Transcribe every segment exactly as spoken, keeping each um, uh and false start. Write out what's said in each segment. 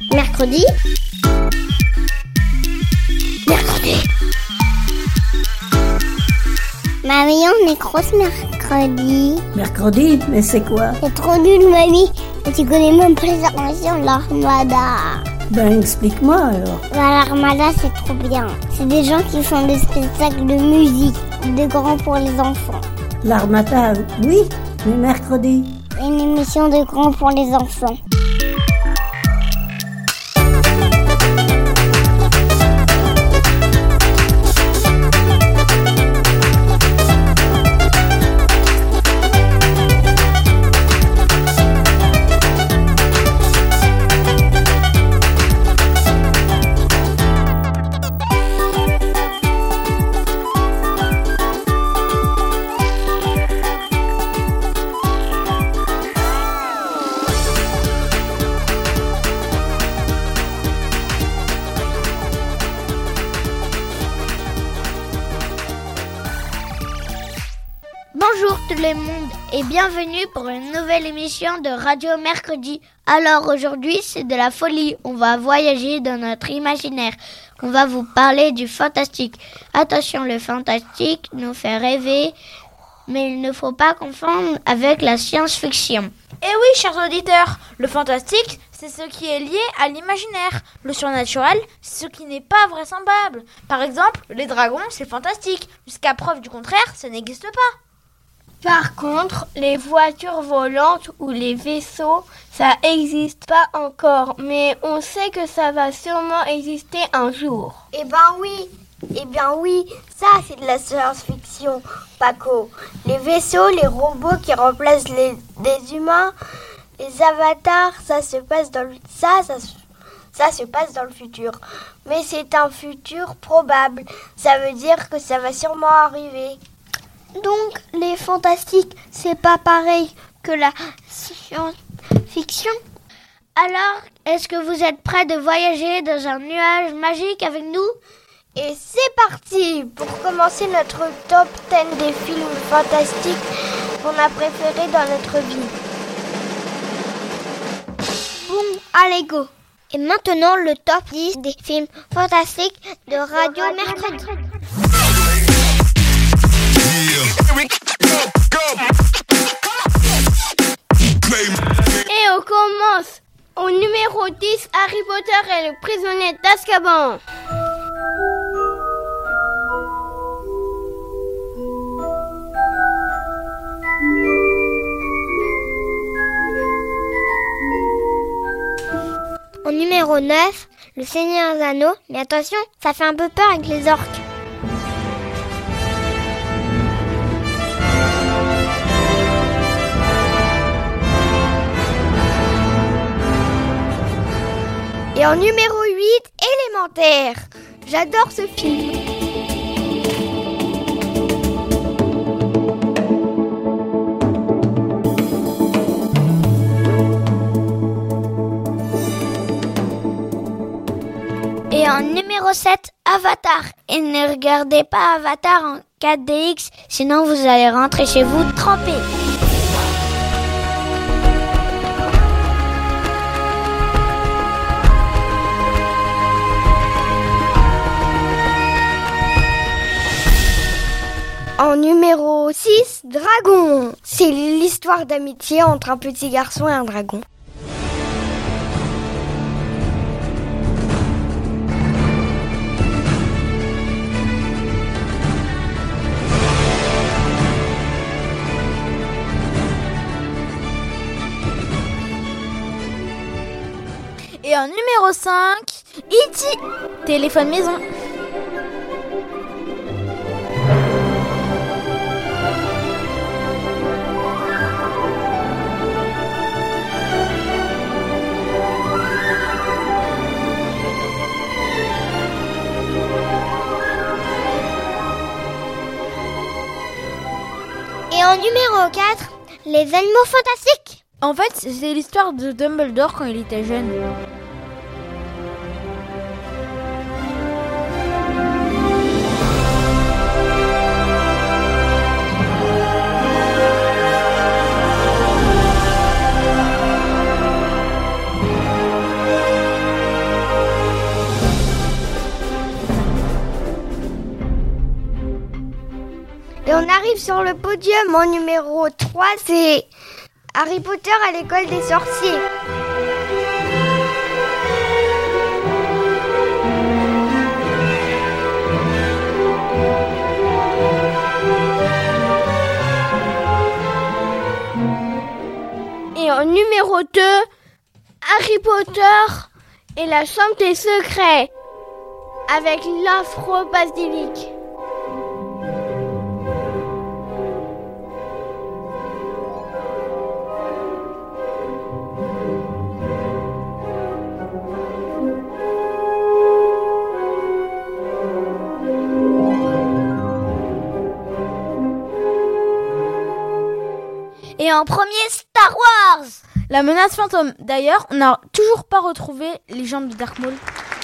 Mercredi. Mercredi. Mamie, on est grosse mercredi. Mercredi? Mais c'est quoi? C'est trop nul, mamie. Et tu connais même pas les armations de l'Armada. Ben, explique-moi alors. Ben, l'Armada, c'est trop bien. C'est des gens qui font des spectacles de musique, de grands pour les enfants. L'Armada, oui, mais mercredi? Une émission de grands pour les enfants. Bonjour tout le monde et bienvenue pour une nouvelle émission de Radio Mercredi. Alors aujourd'hui c'est de la folie, on va voyager dans notre imaginaire. On va vous parler du fantastique. Attention, le fantastique nous fait rêver, mais il ne faut pas confondre avec la science-fiction. Eh oui, chers auditeurs, le fantastique, c'est ce qui est lié à l'imaginaire. Le surnaturel, c'est ce qui n'est pas vraisemblable. Par exemple, les dragons, c'est fantastique. Jusqu'à preuve du contraire, ça n'existe pas. Par contre, les voitures volantes ou les vaisseaux, ça n'existe pas encore, mais on sait que ça va sûrement exister un jour. Eh ben oui, eh bien oui, ça c'est de la science-fiction, Paco. Les vaisseaux, les robots qui remplacent les, les humains, les avatars, ça se passe dans le, ça, ça, ça se passe dans le futur. Mais c'est un futur probable, ça veut dire que ça va sûrement arriver. Donc, les fantastiques, c'est pas pareil que la science-fiction. Alors, est-ce que vous êtes prêts de voyager dans un nuage magique avec nous? Et c'est parti pour commencer notre top dix des films fantastiques qu'on a préférés dans notre vie. Bon, allez go. Et maintenant, le top dix des films fantastiques de Radio Mercredi. Et on commence au numéro dix, Harry Potter et le prisonnier d'Azkaban. En numéro neuf, Le Seigneur des Anneaux. Mais attention, ça fait un peu peur avec les orques. Et en numéro huit, Élémentaire. J'adore ce film. Et en numéro sept, Avatar. Et ne regardez pas Avatar en quatre D X, sinon vous allez rentrer chez vous trempés. En numéro six, Dragon. C'est l'histoire d'amitié entre un petit garçon et un dragon. Et en numéro cinq, E T Téléphone maison. Et en numéro quatre, Les Animaux Fantastiques. En fait, c'est l'histoire de Dumbledore quand il était jeune. Et on arrive sur le podium en numéro trois, c'est Harry Potter à l'école des sorciers. Et en numéro deux, Harry Potter et la chambre des secrets avec l'afro-basilic. Et en premier, Star Wars. La menace fantôme. D'ailleurs, on n'a toujours pas retrouvé les jambes de Dark Maul.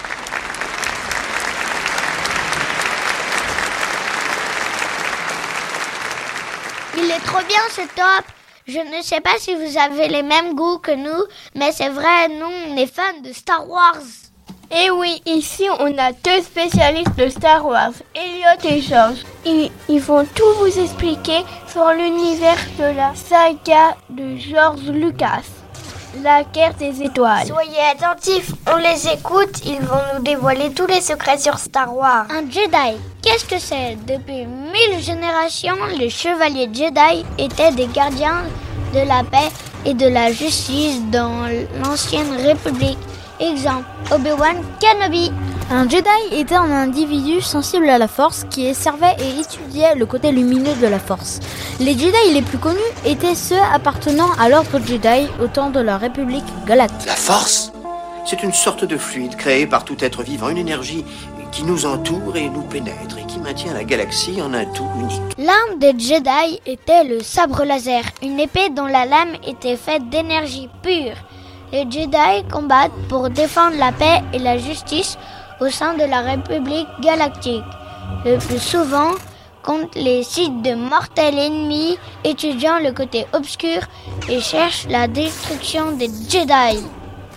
Il est trop bien ce top. Je ne sais pas si vous avez les mêmes goûts que nous, mais c'est vrai, nous, on est fans de Star Wars. Et oui, ici on a deux spécialistes de Star Wars, Elliot et George. Ils, ils vont tout vous expliquer sur l'univers de la saga de George Lucas, la guerre des étoiles. Soyez attentifs, on les écoute, ils vont nous dévoiler tous les secrets sur Star Wars. Un Jedi, qu'est-ce que c'est? Depuis mille générations, les chevaliers Jedi étaient des gardiens de la paix et de la justice dans l'ancienne République. Exemple, Obi-Wan Kenobi. Un Jedi était un individu sensible à la force qui servait et étudiait le côté lumineux de la force. Les Jedi les plus connus étaient ceux appartenant à l'ordre Jedi au temps de la République galactique. La force, c'est une sorte de fluide créé par tout être vivant, une énergie qui nous entoure et nous pénètre et qui maintient la galaxie en un tout unique. L'arme des Jedi était le sabre laser, une épée dont la lame était faite d'énergie pure. Les Jedi combattent pour défendre la paix et la justice au sein de la République galactique, le plus souvent contre les sites de mortels ennemis, étudiant le côté obscur et cherchent la destruction des Jedi.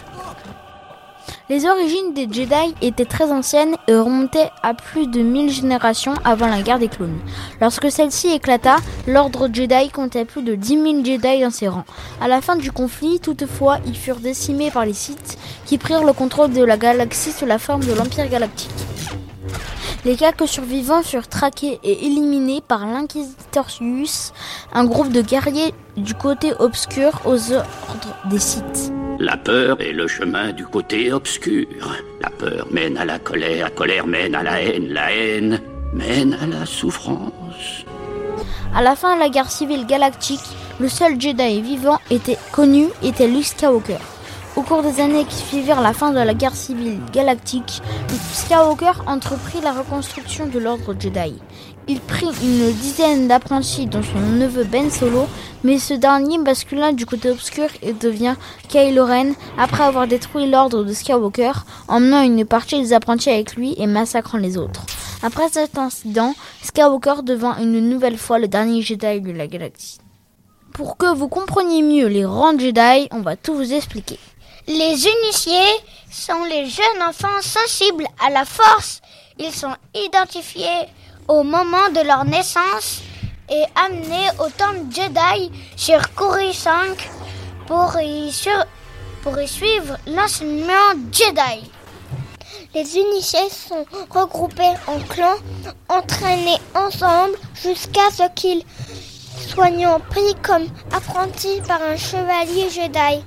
Les origines des Jedi étaient très anciennes et remontaient à plus de mille générations avant la guerre des clones. Lorsque celle-ci éclata, l'ordre Jedi comptait plus de dix mille Jedi dans ses rangs. À la fin du conflit, toutefois, ils furent décimés par les Sith qui prirent le contrôle de la galaxie sous la forme de l'Empire galactique. Les quelques survivants furent traqués et éliminés par l'Inquisitorius, un groupe de guerriers du côté obscur aux ordres des Sith. La peur est le chemin du côté obscur. La peur mène à la colère, la colère mène à la haine, la haine mène à la souffrance. À la fin de la guerre civile galactique, le seul Jedi vivant était connu était Luke Skywalker. Au cours des années qui suivirent la fin de la guerre civile galactique, Luke Skywalker entreprit la reconstruction de l'ordre Jedi. Il prit une dizaine d'apprentis dont son neveu Ben Solo, mais ce dernier bascula du côté obscur et devient Kylo Ren après avoir détruit l'ordre de Skywalker, emmenant une partie des apprentis avec lui et massacrant les autres. Après cet incident, Skywalker devint une nouvelle fois le dernier Jedi de la galaxie. Pour que vous compreniez mieux les rangs Jedi, on va tout vous expliquer. Les initiés sont les jeunes enfants sensibles à la force. Ils sont identifiés au moment de leur naissance et amenés au temple Jedi sur Coruscant pour y, sur, pour y suivre l'enseignement Jedi. Les initiés sont regroupés en clans, entraînés ensemble jusqu'à ce qu'ils soient pris comme apprentis par un chevalier Jedi.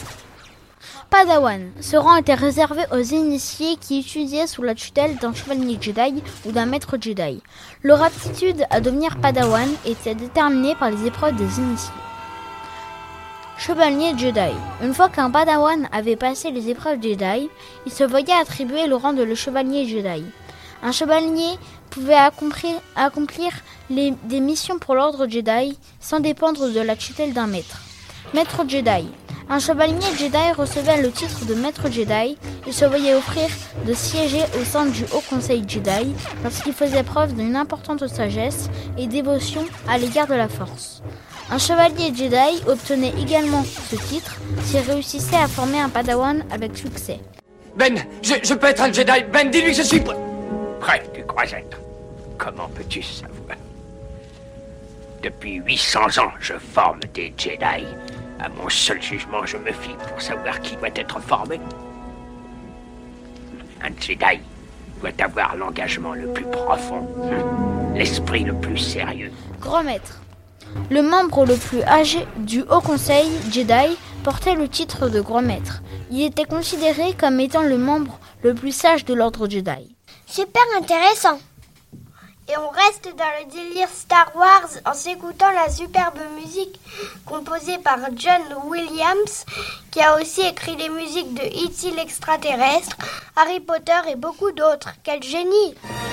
Padawan. Ce rang était réservé aux initiés qui étudiaient sous la tutelle d'un chevalier Jedi ou d'un maître Jedi. Leur aptitude à devenir Padawan était déterminée par les épreuves des initiés. Chevalier Jedi. Une fois qu'un Padawan avait passé les épreuves Jedi, il se voyait attribuer le rang de le chevalier Jedi. Un chevalier pouvait accomplir, accomplir les, des missions pour l'ordre Jedi sans dépendre de la tutelle d'un maître. Maître Jedi. Un chevalier Jedi recevait le titre de maître Jedi et se voyait offrir de siéger au sein du Haut Conseil Jedi lorsqu'il faisait preuve d'une importante sagesse et dévotion à l'égard de la Force. Un chevalier Jedi obtenait également ce titre s'il réussissait à former un Padawan avec succès. Ben, je, je peux être un Jedi. Ben, dis-lui que je suis prêt. Prêt, tu crois être. Comment peux-tu savoir? Depuis huit cents ans, je forme des Jedi. À mon seul jugement, je me fie pour savoir qui doit être formé. Un Jedi doit avoir l'engagement le plus profond, l'esprit le plus sérieux. Grand maître. Le membre le plus âgé du Haut Conseil Jedi portait le titre de Grand Maître. Il était considéré comme étant le membre le plus sage de l'ordre Jedi. Super intéressant. Et on reste dans le délire Star Wars en s'écoutant la superbe musique composée par John Williams, qui a aussi écrit les musiques de E T l'extraterrestre, Harry Potter et beaucoup d'autres. Quel génie!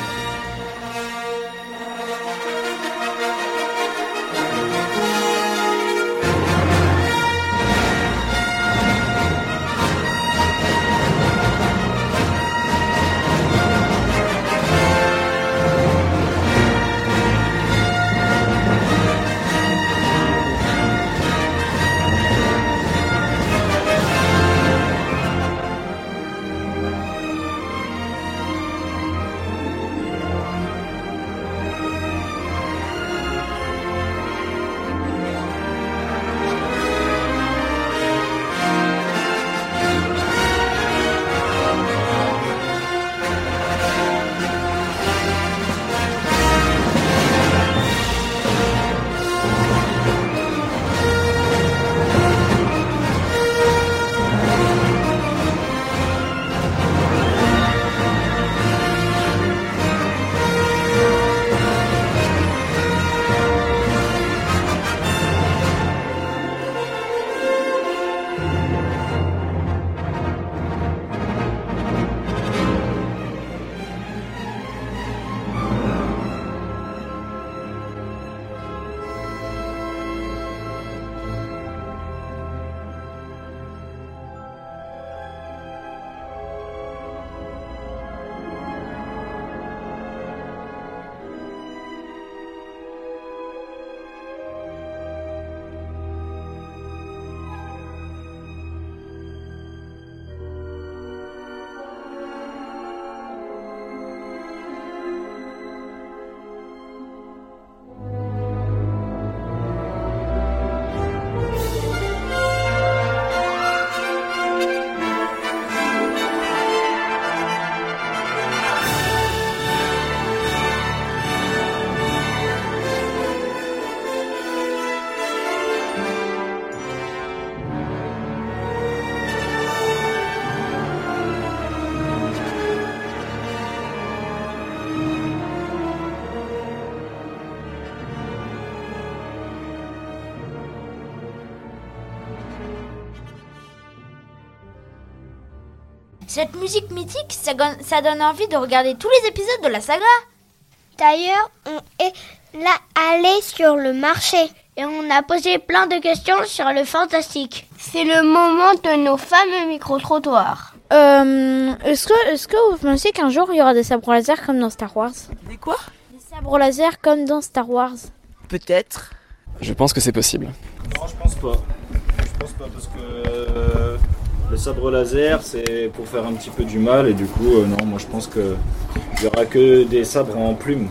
Cette musique mythique, ça, gon- ça donne envie de regarder tous les épisodes de la saga. D'ailleurs, on est là allé sur le marché et on a posé plein de questions sur le fantastique. C'est le moment de nos fameux micro-trottoirs. Euh, est-ce que, est-ce que vous pensez qu'un jour il y aura des sabres laser comme dans Star Wars? Des quoi? Des sabres laser comme dans Star Wars. Peut-être. Je pense que c'est possible. Non, je pense pas. Je pense pas parce que euh, le sabre laser c'est pour faire un petit peu du mal et du coup euh, non, moi je pense que il y aura que des sabres en plumes.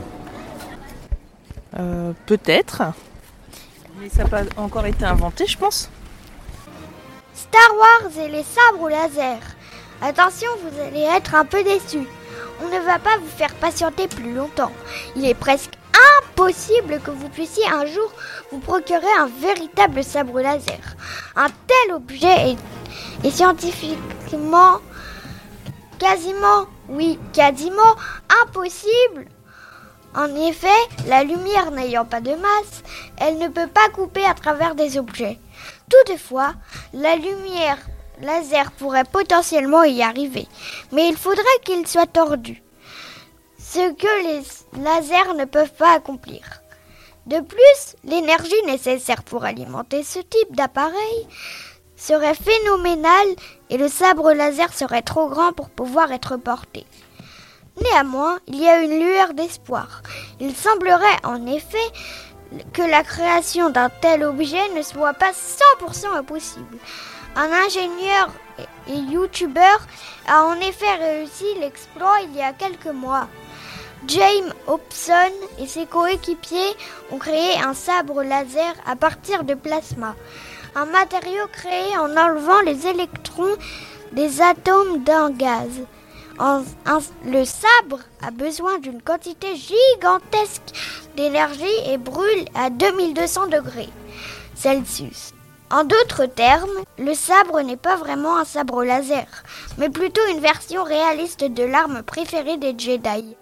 Euh, peut-être. Mais ça n'a pas encore été inventé, je pense. Star Wars et les sabres laser. Attention, vous allez être un peu déçus. On ne va pas vous faire patienter plus longtemps. Il est presque impossible que vous puissiez un jour vous procurer un véritable sabre laser. Un tel objet est, est scientifiquement, quasiment, oui, quasiment impossible. En effet, la lumière n'ayant pas de masse, elle ne peut pas couper à travers des objets. Toutefois, la lumière laser pourrait potentiellement y arriver, mais il faudrait qu'il soit tordu, ce que les lasers ne peuvent pas accomplir. De plus, l'énergie nécessaire pour alimenter ce type d'appareil serait phénoménale et le sabre laser serait trop grand pour pouvoir être porté. Néanmoins, il y a une lueur d'espoir. Il semblerait en effet que la création d'un tel objet ne soit pas cent pour cent impossible. Un ingénieur et youtubeur a en effet réussi l'exploit il y a quelques mois. James Hobson et ses coéquipiers ont créé un sabre laser à partir de plasma, un matériau créé en enlevant les électrons des atomes d'un gaz. En, un, le sabre a besoin d'une quantité gigantesque d'énergie et brûle à deux mille deux cents degrés Celsius. En d'autres termes, le sabre n'est pas vraiment un sabre laser, mais plutôt une version réaliste de l'arme préférée des Jedi.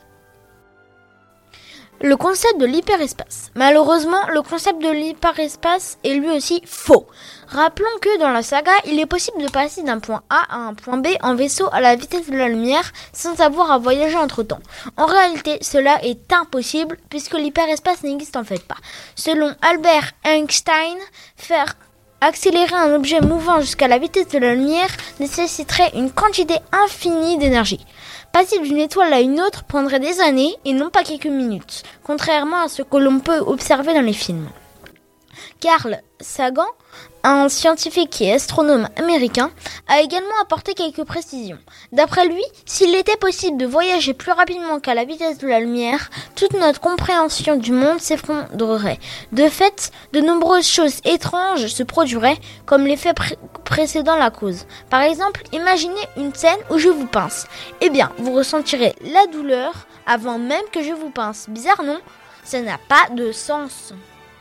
Le concept de l'hyperespace. Malheureusement, le concept de l'hyperespace est lui aussi faux. Rappelons que dans la saga, il est possible de passer d'un point A à un point B en vaisseau à la vitesse de la lumière sans avoir à voyager entre-temps. En réalité, cela est impossible puisque l'hyperespace n'existe en fait pas. Selon Albert Einstein, faire accélérer un objet mouvant jusqu'à la vitesse de la lumière nécessiterait une quantité infinie d'énergie. Passer d'une étoile à une autre prendrait des années et non pas quelques minutes, contrairement à ce que l'on peut observer dans les films. Carl Sagan, un scientifique et astronome américain, a également apporté quelques précisions. D'après lui, s'il était possible de voyager plus rapidement qu'à la vitesse de la lumière, toute notre compréhension du monde s'effondrerait. De fait, de nombreuses choses étranges se produiraient, comme l'effet pré- précédant la cause. Par exemple, imaginez une scène où je vous pince. Eh bien, vous ressentirez la douleur avant même que je vous pince. Bizarre, non ? Ça n'a pas de sens.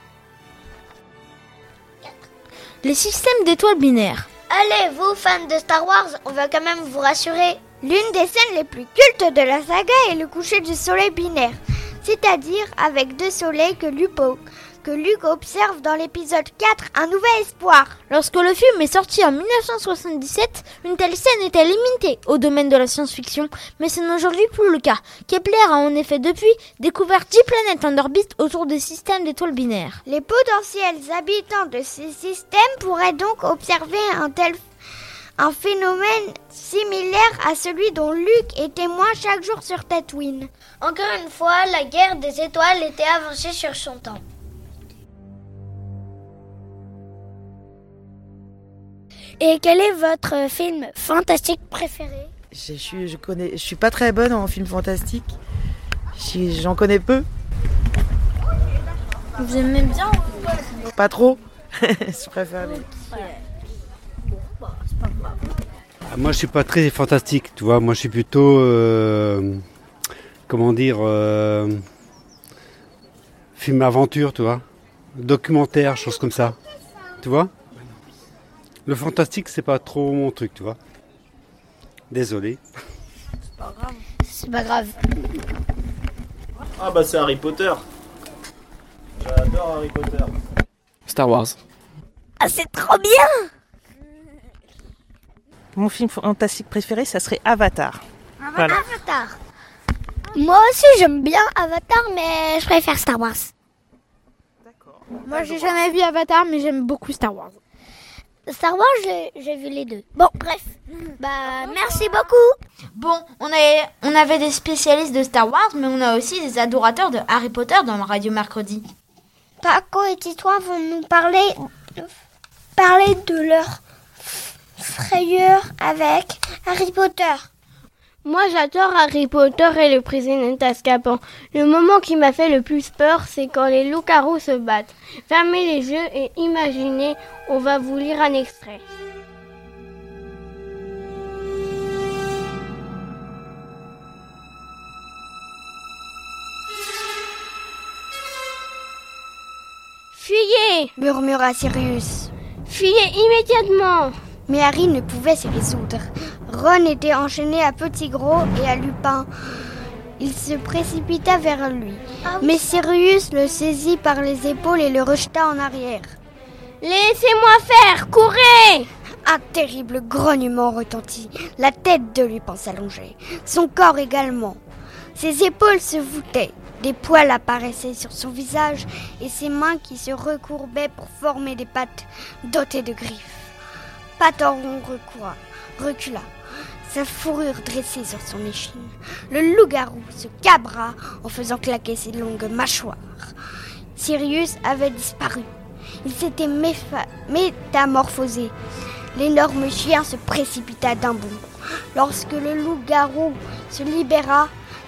Les systèmes d'étoiles binaires. Allez, vous, fans de Star Wars, on va quand même vous rassurer. L'une des scènes les plus cultes de la saga est le coucher du soleil binaire, c'est-à-dire avec deux soleils que Luke, que Luke observe dans l'épisode quatre, Un Nouvel Espoir. Lorsque le film est sorti en dix-neuf cent soixante-dix-sept, une telle scène était limitée au domaine de la science-fiction, mais ce n'est aujourd'hui plus le cas. Kepler a en effet depuis découvert dix planètes en orbite autour des systèmes d'étoiles binaires. Les potentiels habitants de ces systèmes pourraient donc observer un tel un phénomène similaire à celui dont Luke est témoin chaque jour sur Tatooine. Encore une fois, la guerre des étoiles était avancée sur son temps. Et quel est votre film fantastique préféré ? Je suis, je connais, je suis pas très bonne en film fantastique. Je, j'en connais peu. Vous aimez bien ? Pas trop. Je préfère les... Moi, je suis pas très fantastique, tu vois. Moi, je suis plutôt, euh, comment dire, euh, film aventure, tu vois, documentaire, choses comme ça, tu vois. Le fantastique, c'est pas trop mon truc, tu vois. Désolé. C'est pas grave. C'est pas grave. Ah bah c'est Harry Potter. J'adore Harry Potter. Star Wars. Ah, c'est trop bien! Mon film fantastique préféré, ça serait Avatar. Voilà. Avatar. Moi aussi, j'aime bien Avatar, mais je préfère Star Wars. D'accord. Moi, j'ai jamais vu Avatar, mais j'aime beaucoup Star Wars. Star Wars, j'ai, j'ai vu les deux. Bon, bref. Bah, merci beaucoup. Bon, on, est, on avait des spécialistes de Star Wars, mais on a aussi des adorateurs de Harry Potter dans le Radio Mercredi. Paco et Titouan vont nous parler, parler de leur frayeur avec Harry Potter. Moi, j'adore Harry Potter et le prisonnier d'Azkaban. Le moment qui m'a fait le plus peur, c'est quand les loups-garous se battent. Fermez les yeux et imaginez, on va vous lire un extrait. Fuyez! Murmura Sirius. Fuyez immédiatement! Mais Harry ne pouvait s'y résoudre. Ron était enchaîné à Petit Gros et à Lupin. Il se précipita vers lui. Ah oui. Mais Sirius le saisit par les épaules et le rejeta en arrière. Laissez-moi faire, courez! Un terrible grognement retentit. La tête de Lupin s'allongeait, son corps également. Ses épaules se voûtaient. Des poils apparaissaient sur son visage et ses mains qui se recourbaient pour former des pattes dotées de griffes. Patoron recula, recula, sa fourrure dressée sur son échine. Le loup-garou se cabra en faisant claquer ses longues mâchoires. Sirius avait disparu. Il s'était méfa- métamorphosé. L'énorme chien se précipita d'un bond. Lorsque le loup-garou se libéra,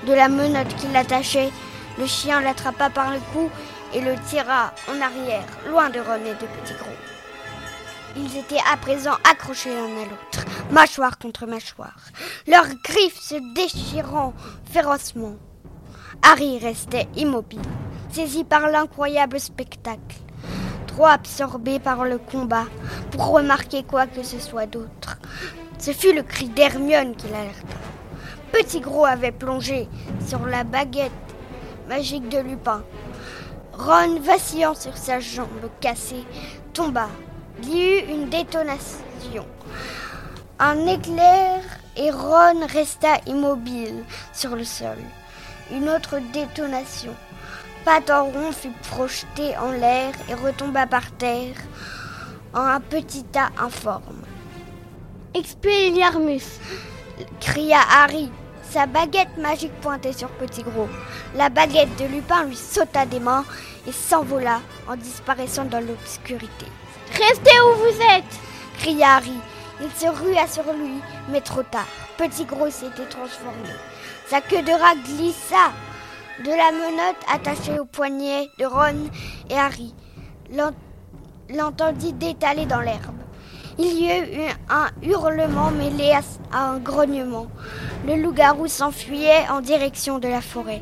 de la menotte qui l'attachait. Le chien l'attrapa par le cou et le tira en arrière, loin de Ron et de Petit Gros. Ils étaient à présent accrochés l'un à l'autre, mâchoire contre mâchoire, leurs griffes se déchirant férocement. Harry restait immobile, saisi par l'incroyable spectacle, trop absorbé par le combat pour remarquer quoi que ce soit d'autre. Ce fut le cri d'Hermione qui l'alerta. Petit Gros avait plongé sur la baguette magique de Lupin. Ron, vacillant sur sa jambe cassée, tomba. Il y eut une détonation. Un éclair et Ron resta immobile sur le sol. Une autre détonation. Pataron fut projeté en l'air et retomba par terre en un petit tas informe. Expelliarmus, cria Harry. Sa baguette magique pointait sur Petit Gros. La baguette de Lupin lui sauta des mains et s'envola en disparaissant dans l'obscurité. « Restez où vous êtes !» cria Harry. Il se rua sur lui, mais trop tard. Petit Gros s'était transformé. Sa queue de rat glissa de la menotte attachée au poignet de Ron et Harry. L'ent- l'entendit détaler dans l'herbe. Il y eut un hurlement mêlé à, à un grognement. Le loup-garou s'enfuyait en direction de la forêt.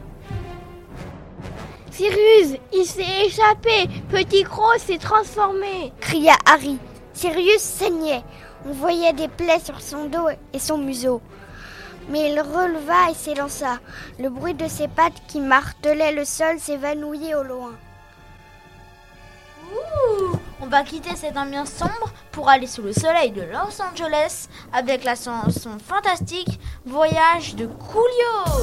« Sirius, il s'est échappé! Petit Gros s'est transformé !» cria Harry. Sirius saignait. On voyait des plaies sur son dos et son museau. Mais il releva et s'élança. Le bruit de ses pattes qui martelaient le sol s'évanouit au loin. Ouh, on va quitter cette ambiance sombre pour aller sous le soleil de Los Angeles avec la chanson fantastique Voyage de Coolio.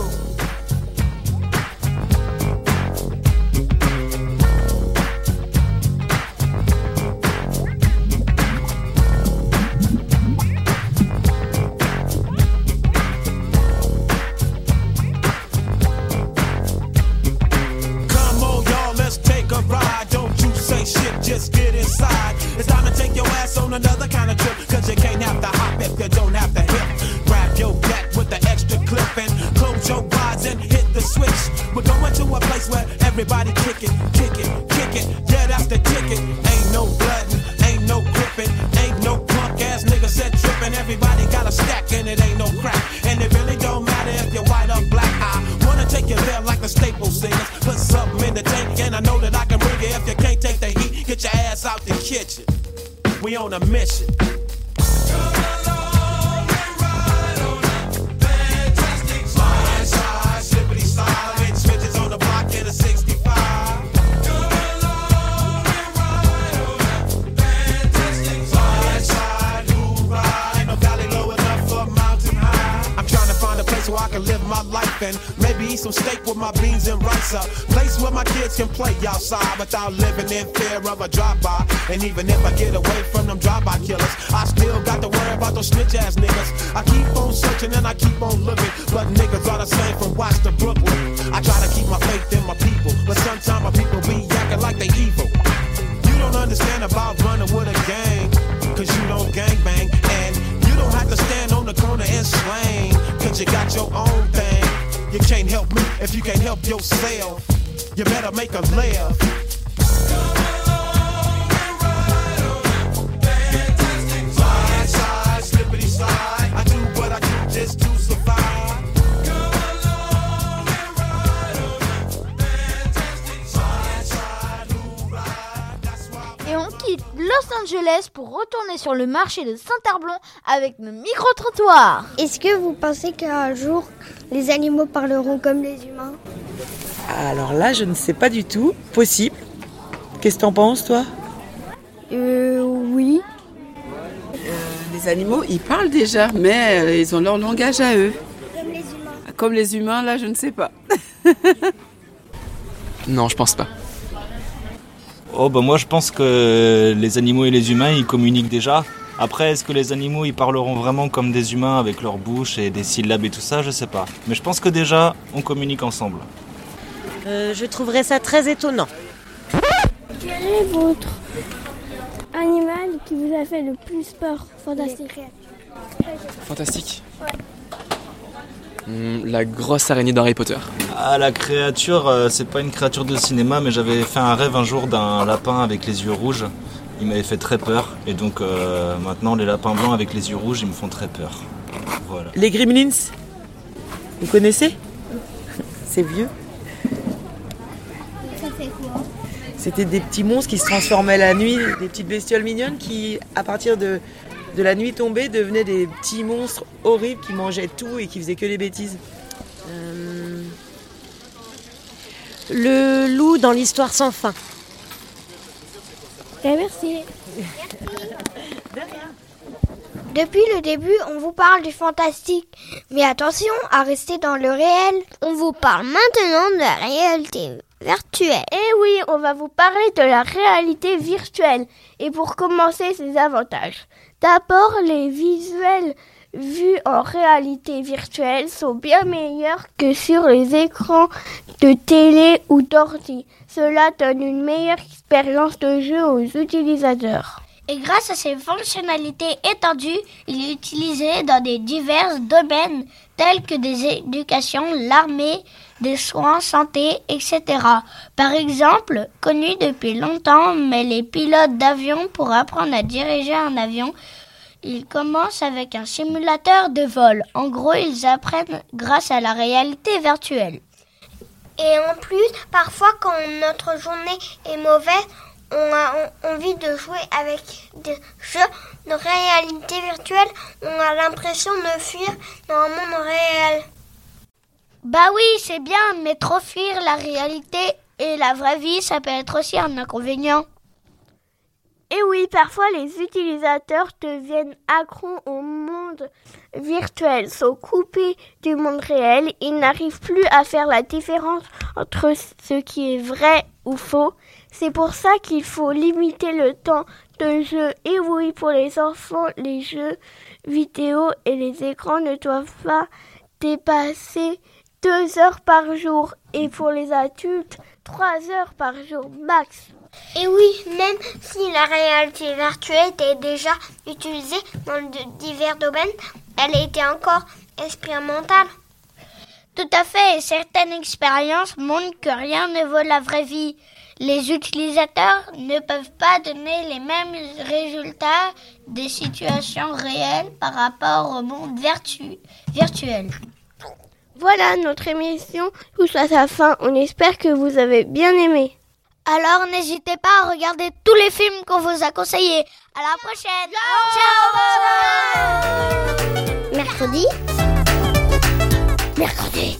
Just get inside. It's time to take your ass on another kind of trip. Cause you can't have to hop if you don't have to hip. Grab your gat with the extra clip and close your eyes and hit the switch. We're going to a place where everybody kick it, kick it, kick it. Yeah, that's the ticket. Ain't no bloodin', ain't no gripping, ain't no punk ass nigga said trippin'. Everybody got a stack and it ain't no crack. And it really don't matter if you're white or black. I wanna take you there like the Staples singers. Put something in the tank and I know that I can bring it. If you can't take the heat, get your ass out the kitchen. We on a mission. So I can live my life and maybe eat some steak with my beans and rice. A place where my kids can play outside without living in fear of a drive-by. And even if I get away from them drive-by killers, I still got to worry about those snitch-ass niggas. I keep on searching and I keep on looking, but niggas are the same from Watts to Brooklyn. I try to keep my faith in my people, but sometimes my people be acting like they evil. You don't understand about running with a gang, cause you don't gangbang. And you don't have to stand on the corner and slang, cause you got your own thing. You can't help me if you can't help yourself. You better make a laugh. Slide, slide, slippity slide. I do what I do just to survive. Et on quitte Los Angeles pour retourner sur le marché de Saint-Arblon avec nos micro-trottoirs. Est-ce que vous pensez qu'un jour, les animaux parleront comme les humains ? Alors là, je ne sais pas du tout. Possible. Qu'est-ce que t'en penses, toi ? Euh, oui. Euh, les animaux, ils parlent déjà, mais euh, ils ont leur langage à eux. Comme les humains. Comme les humains, là, je ne sais pas. Non, je pense pas. Oh bah moi je pense que les animaux et les humains ils communiquent déjà. Après est-ce que les animaux ils parleront vraiment comme des humains avec leur bouche et des syllabes et tout ça, je sais pas. Mais je pense que déjà on communique ensemble. Euh, je trouverais ça très étonnant. Quel est votre animal qui vous a fait le plus peur? Fantastique. Fantastique. Ouais. Hum, La grosse araignée d'Harry Potter. Ah, la créature, euh, c'est pas une créature de cinéma, mais j'avais fait un rêve un jour d'un lapin avec les yeux rouges. Il m'avait fait très peur, et donc euh, maintenant les lapins blancs avec les yeux rouges, ils me font très peur. Voilà. Les Gremlins, vous connaissez? C'est vieux. Ça fait quoi? C'était des petits monstres qui se transformaient la nuit, des petites bestioles mignonnes qui, à partir de, de la nuit tombée, devenaient des petits monstres horribles qui mangeaient tout et qui faisaient que des bêtises. Euh, Le loup dans l'histoire sans fin. Eh, merci. Depuis le début, on vous parle du fantastique. Mais attention à rester dans le réel. On vous parle maintenant de la réalité virtuelle. Eh oui, on va vous parler de la réalité virtuelle. Et pour commencer, ses avantages. D'abord, les visuels vus en réalité virtuelle sont bien meilleurs que sur les écrans de télé ou d'ordi. Cela donne une meilleure expérience de jeu aux utilisateurs. Et grâce à ses fonctionnalités étendues, il est utilisé dans des divers domaines tels que des éducations, l'armée, des soins, santé, et cetera. Par exemple, connu depuis longtemps, mais les pilotes d'avion pour apprendre à diriger un avion, ils commencent avec un simulateur de vol. En gros, ils apprennent grâce à la réalité virtuelle. Et en plus, parfois quand notre journée est mauvaise, on a envie de jouer avec des jeux de réalité virtuelle. On a l'impression de fuir dans un monde réel. Bah oui, c'est bien, mais trop fuir la réalité et la vraie vie, ça peut être aussi un inconvénient. Et oui, parfois les utilisateurs deviennent accros au monde virtuel, sont coupés du monde réel. Ils n'arrivent plus à faire la différence entre ce qui est vrai ou faux. C'est pour ça qu'il faut limiter le temps de jeu. Et oui, pour les enfants, les jeux vidéo et les écrans ne doivent pas dépasser deux heures par jour. Et pour les adultes, trois heures par jour max. Et oui, même si la réalité virtuelle était déjà utilisée dans de divers domaines, elle était encore expérimentale. Tout à fait, et certaines expériences montrent que rien ne vaut la vraie vie. Les utilisateurs ne peuvent pas donner les mêmes résultats des situations réelles par rapport au monde virtu- virtuel. Voilà, notre émission touche à sa fin. On espère que vous avez bien aimé. Alors n'hésitez pas à regarder tous les films qu'on vous a conseillés. À la prochaine. Ciao, Mercredi. Mercredi.